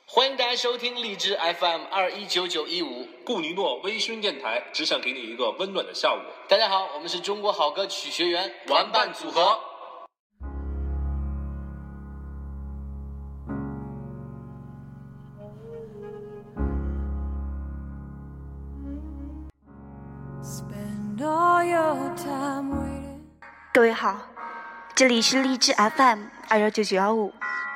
欢迎大家收听荔枝 FM219915 顾尼诺微醺电台，只想给你一个温暖的下午。 大家好，我们是中国好歌曲学员玩伴组合。 各位好，这里是荔枝 FM219915，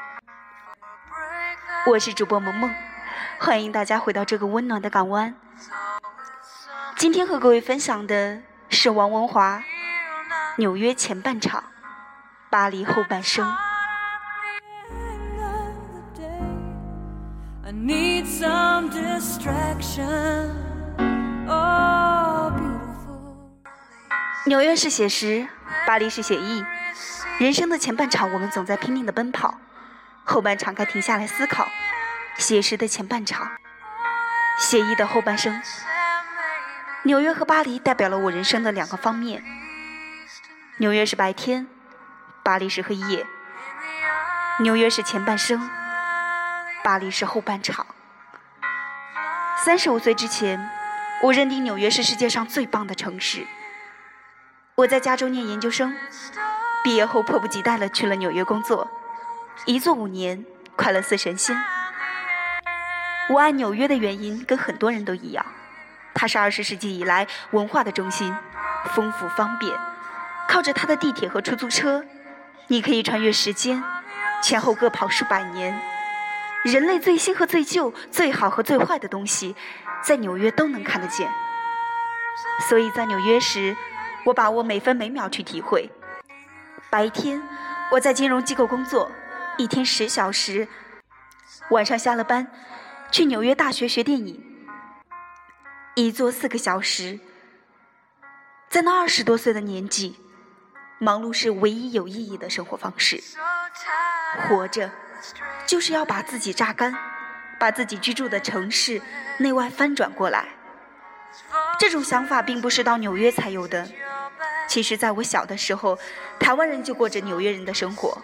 我是主播萌萌，欢迎大家回到这个温暖的港湾。今天和各位分享的是王文华纽约前半场，巴黎后半生。I need some distraction. Oh, beautiful. 纽约是写实，巴黎是写意。人生的前半场，我们总在拼命地奔跑，后半场该停下来思考。写实的前半场，写意的后半生。纽约和巴黎代表了我人生的两个方面。纽约是白天，巴黎是黑夜。纽约是前半生，巴黎是后半场。35岁之前，我认定纽约是世界上最棒的城市。我在加州念研究生，毕业后迫不及待地去了纽约工作，一做5年，快乐似神仙。我爱纽约的原因跟很多人都一样，它是20世纪以来文化的中心，丰富方便，靠着它的地铁和出租车，你可以穿越时间，前后各跑数百年。人类最新和最旧，最好和最坏的东西，在纽约都能看得见。所以在纽约时，我把握每分每秒去体会。白天我在金融机构工作，一天10小时，晚上下了班去纽约大学学电影，一坐4个小时。在那20多岁的年纪，忙碌是唯一有意义的生活方式。活着就是要把自己榨干，把自己居住的城市内外翻转过来。这种想法并不是到纽约才有的，其实在我小的时候，台湾人就过着纽约人的生活。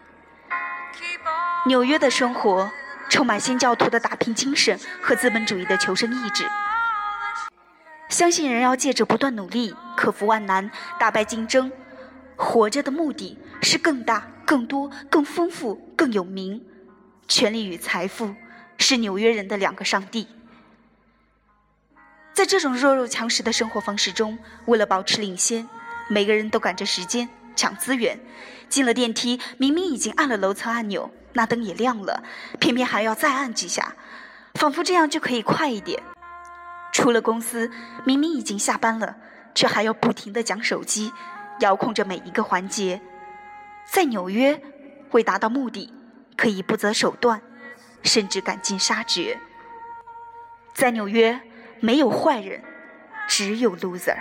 纽约的生活充满新教徒的打拼精神和资本主义的求生意志，相信人要借着不断努力，克服万难，打败竞争。活着的目的是更大、更多、更丰富、更有名。权力与财富是纽约人的2个上帝。在这种弱肉强食的生活方式中，为了保持领先，每个人都赶着时间抢资源。进了电梯，明明已经按了楼层按钮，那灯也亮了，偏偏还要再按几下，仿佛这样就可以快一点。出了公司，明明已经下班了，却还要不停地讲手机，遥控着每一个环节。在纽约，为达到目的，可以不择手段，甚至赶尽杀绝。在纽约，没有坏人，只有 loser。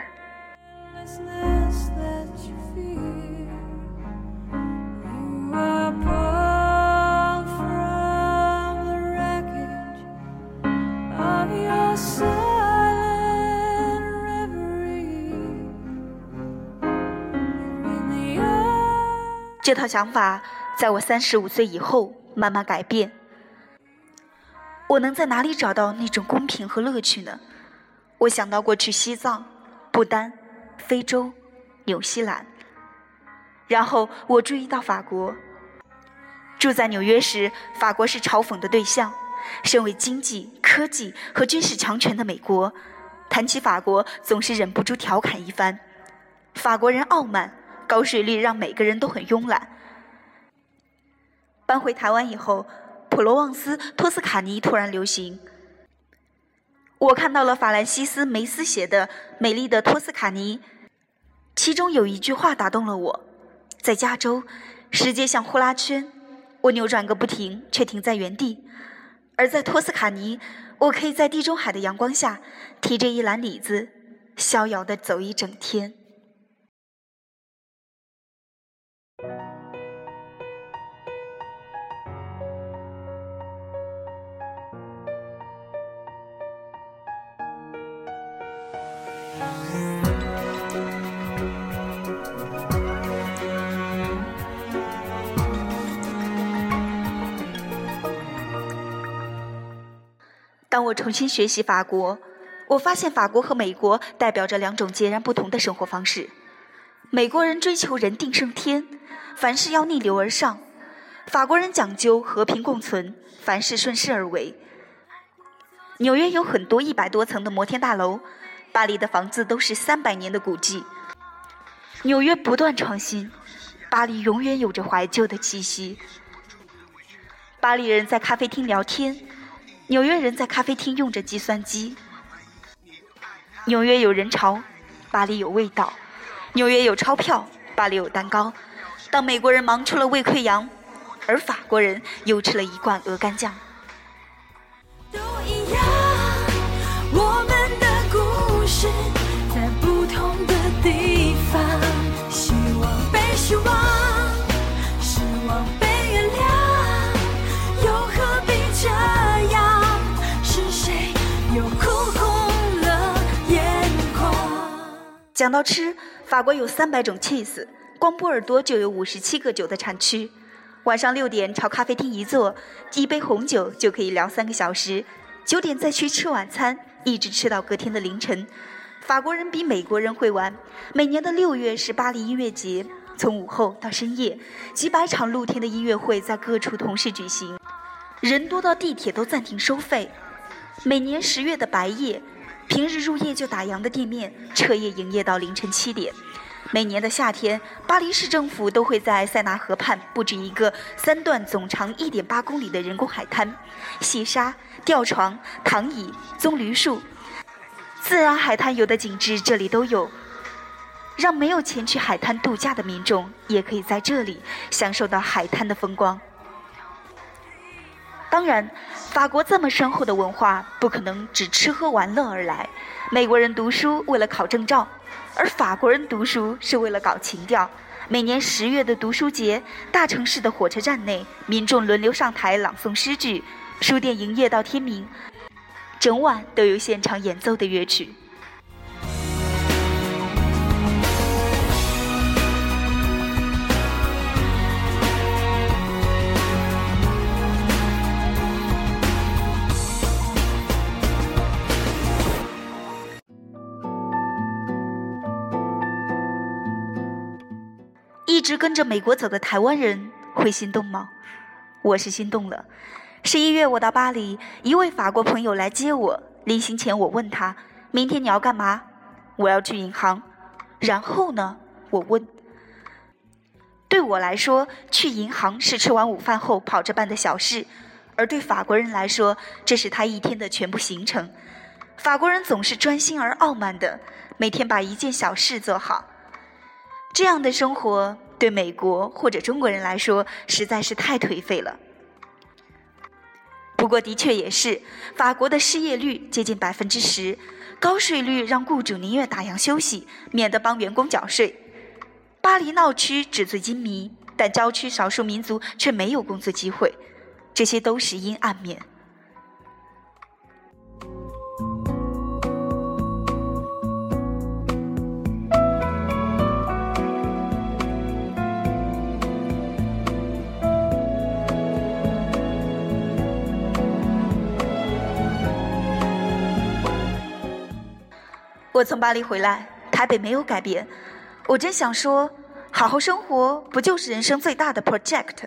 这套想法在我35岁以后慢慢改变。我能在哪里找到那种公平和乐趣呢？我想到过去西藏、不丹、非洲、纽西兰，然后我注意到法国。住在纽约时，法国是嘲讽的对象。身为经济、科技和军事强权的美国，谈起法国总是忍不住调侃一番。法国人傲慢，高税率让每个人都很慵懒。搬回台湾以后，普罗旺斯、托斯卡尼突然流行。我看到了法兰西斯·梅斯写的《美丽的托斯卡尼》，其中有一句话打动了我：在加州，世界像呼啦圈，我扭转个不停，却停在原地；而在托斯卡尼，我可以在地中海的阳光下，提着一篮李子，逍遥地走一整天。 当我重新学习法国，我发现法国和美国代表着两种截然不同的生活方式。美国人追求人定胜天，凡事要逆流而上；法国人讲究和平共存，凡事顺势而为。纽约有很多100多层的摩天大楼，巴黎的房子都是300年的古迹。纽约不断创新，巴黎永远有着怀旧的气息。巴黎人在咖啡厅聊天，纽约人在咖啡厅用着计算机。纽约有人潮，巴黎有味道；纽约有钞票，巴黎有蛋糕。当美国人忙出了胃溃疡，而法国人又吃了1罐鹅肝酱。 都一样，我们的故事在不同的地方，希望被失望，失望被原谅，又何必这样？是谁又哭红了眼眶？ 讲到吃，法国有300种 cheese， 光波尔多就有57个酒的产区。晚上6点朝咖啡厅一坐，一杯红酒就可以聊3个小时，9点再去吃晚餐，一直吃到隔天的凌晨。法国人比美国人会玩，每年的6月是巴黎音乐节，从午后到深夜，几百场露天的音乐会在各处同时举行，人多到地铁都暂停收费。每年10月的白夜，平日入夜就打烊的店面彻夜营业到凌晨7点。每年的夏天，巴黎市政府都会在塞纳河畔布置一个3段总长1.8公里的人工海滩，细沙、吊床、躺椅、棕榈树，自然海滩游的景致这里都有，让没有前去海滩度假的民众也可以在这里享受到海滩的风光。当然，法国这么深厚的文化不可能只吃喝玩乐而来。美国人读书为了考证照，而法国人读书是为了搞情调。每年10月的读书节，大城市的火车站内，民众轮流上台朗诵诗句，书店营业到天明，整晚都有现场演奏的乐曲。一直跟着美国走的台湾人会心动吗？我是心动了。11月我到巴黎，一位法国朋友来接我，临行前我问他，明天你要干嘛？我要去银行。然后呢？我问。对我来说，去银行是吃完午饭后跑着办的小事，而对法国人来说，这是他一天的全部行程。法国人总是专心而傲慢的，每天把一件小事做好。这样的生活对美国或者中国人来说实在是太颓废了。不过的确也是，法国的失业率接近10%，高税率让雇主宁愿打烊休息，免得帮员工缴税。巴黎闹区纸醉金迷，但郊区少数民族却没有工作机会，这些都是阴暗面。我从巴黎回来，台北没有改变。我真想说，好好生活不就是人生最大的 project？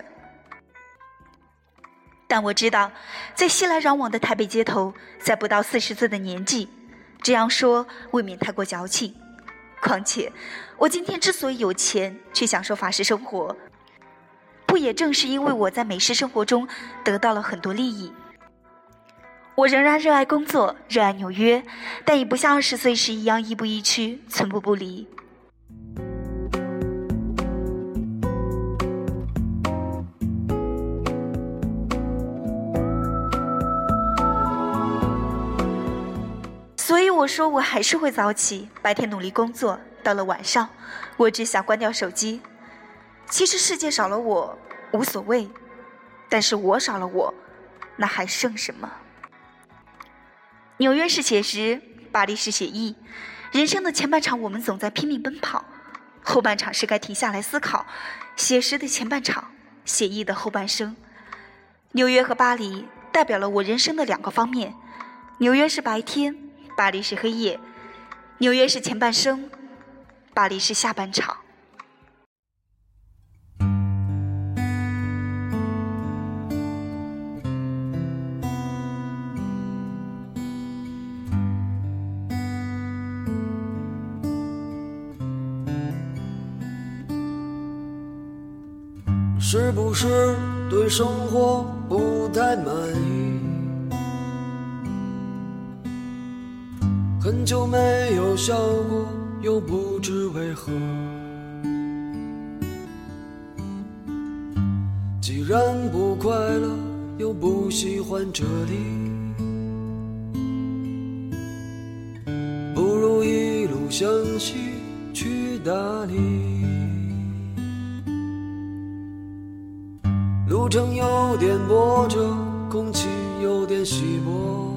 但我知道，在熙来攘往的台北街头，在不到40岁的年纪，这样说未免太过矫情。况且，我今天之所以有钱去享受法式生活，不也正是因为我在美式生活中得到了很多利益？我仍然热爱工作，热爱纽约，但已不像20岁时一样亦步亦趋，寸步不离。所以我说我还是会早起，白天努力工作，到了晚上，我只想关掉手机。其实世界少了我无所谓，但是我少了我，那还剩什么？纽约是写实，巴黎是写意。人生的前半场我们总在拼命奔跑，后半场是该停下来思考。写实的前半场，写意的后半生。纽约和巴黎代表了我人生的2个方面。 纽约是白天，巴黎是黑夜；纽约是前半生，巴黎是下半场。 是不是对生活不太满意？很久没有笑过，又不知为何。既然不快乐，又不喜欢这里，不如一路向西去大理。路程有点波折，空气有点稀薄，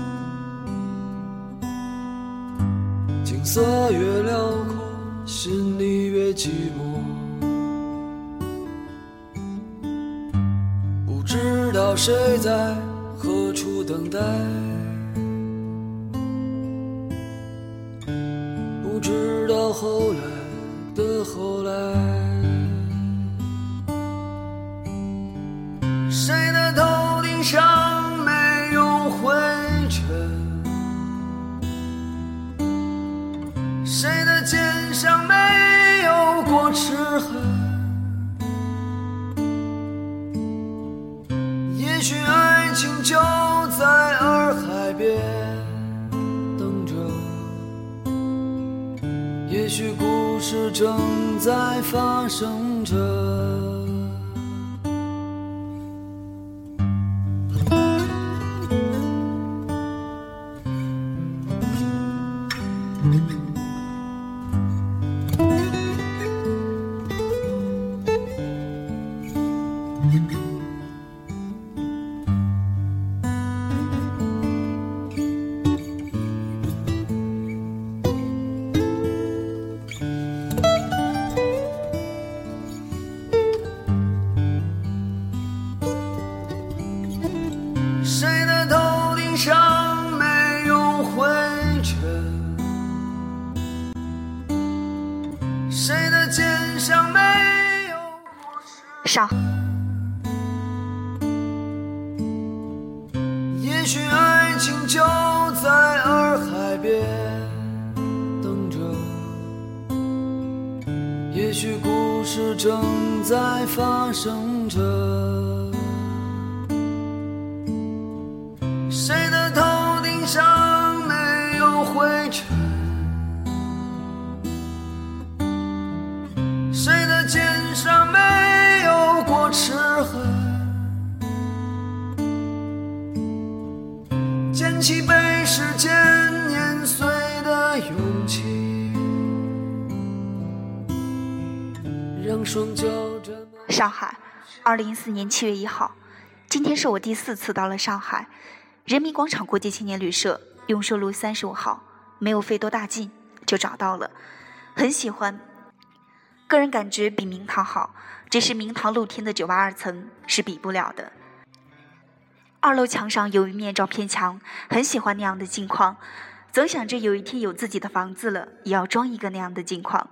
景色越辽阔，心里越寂寞。不知道谁在何处等待，不知道后来的后来。谁的头顶上没有灰尘？谁的肩上没有过齿痕？也许爱情就在洱海边等着，也许故事正在发生着。谁的头顶上没有灰尘？谁的肩上没有上。 也许爱情就在洱海边等着，也许故事正在发生着。谁的头顶上没有灰尘？谁的肩上没有过齿痕？捡起被时间碾碎的勇气，让双脚沾满。 上海，2014年7月1号，今天是我第4次到了上海。人民广场国际青年旅社永寿路35号，没有费多大劲就找到了，很喜欢。个人感觉比明堂好，只是明堂露天的酒吧2层是比不了的。2楼墙上有一面照片墙，很喜欢那样的境况，总想着有一天有自己的房子了，也要装一个那样的境况。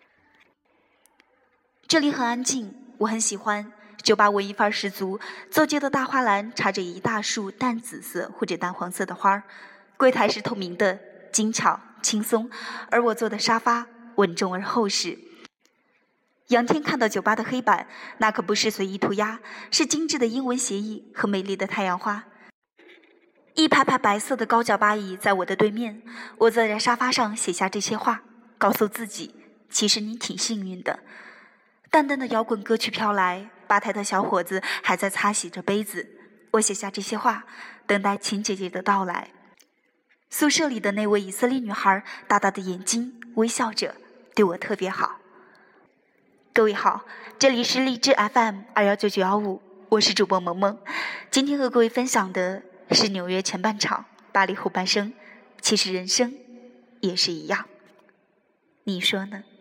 这里很安静，我很喜欢。酒吧文艺范儿十足，坐街的大花篮插着一大束淡紫色或者淡黄色的花儿，柜台是透明的，精巧轻松，而我坐的沙发稳重而厚实。仰天看到酒吧的黑板，那可不是随意涂鸦，是精致的英文协议和美丽的太阳花。一排排白色的高脚巴椅在我的对面，我坐在沙发上写下这些话，告诉自己，其实你挺幸运的。淡淡的摇滚歌曲飘来，吧台的小伙子还在擦洗着杯子。我写下这些话，等待秦姐姐的到来。宿舍里的那位以色列女孩，大大的眼睛，微笑着，对我特别好。各位好，这里是荔枝 FM21995，我是主播萌萌。今天和各位分享的是纽约前半场，巴黎后半生。其实人生也是一样，你说呢？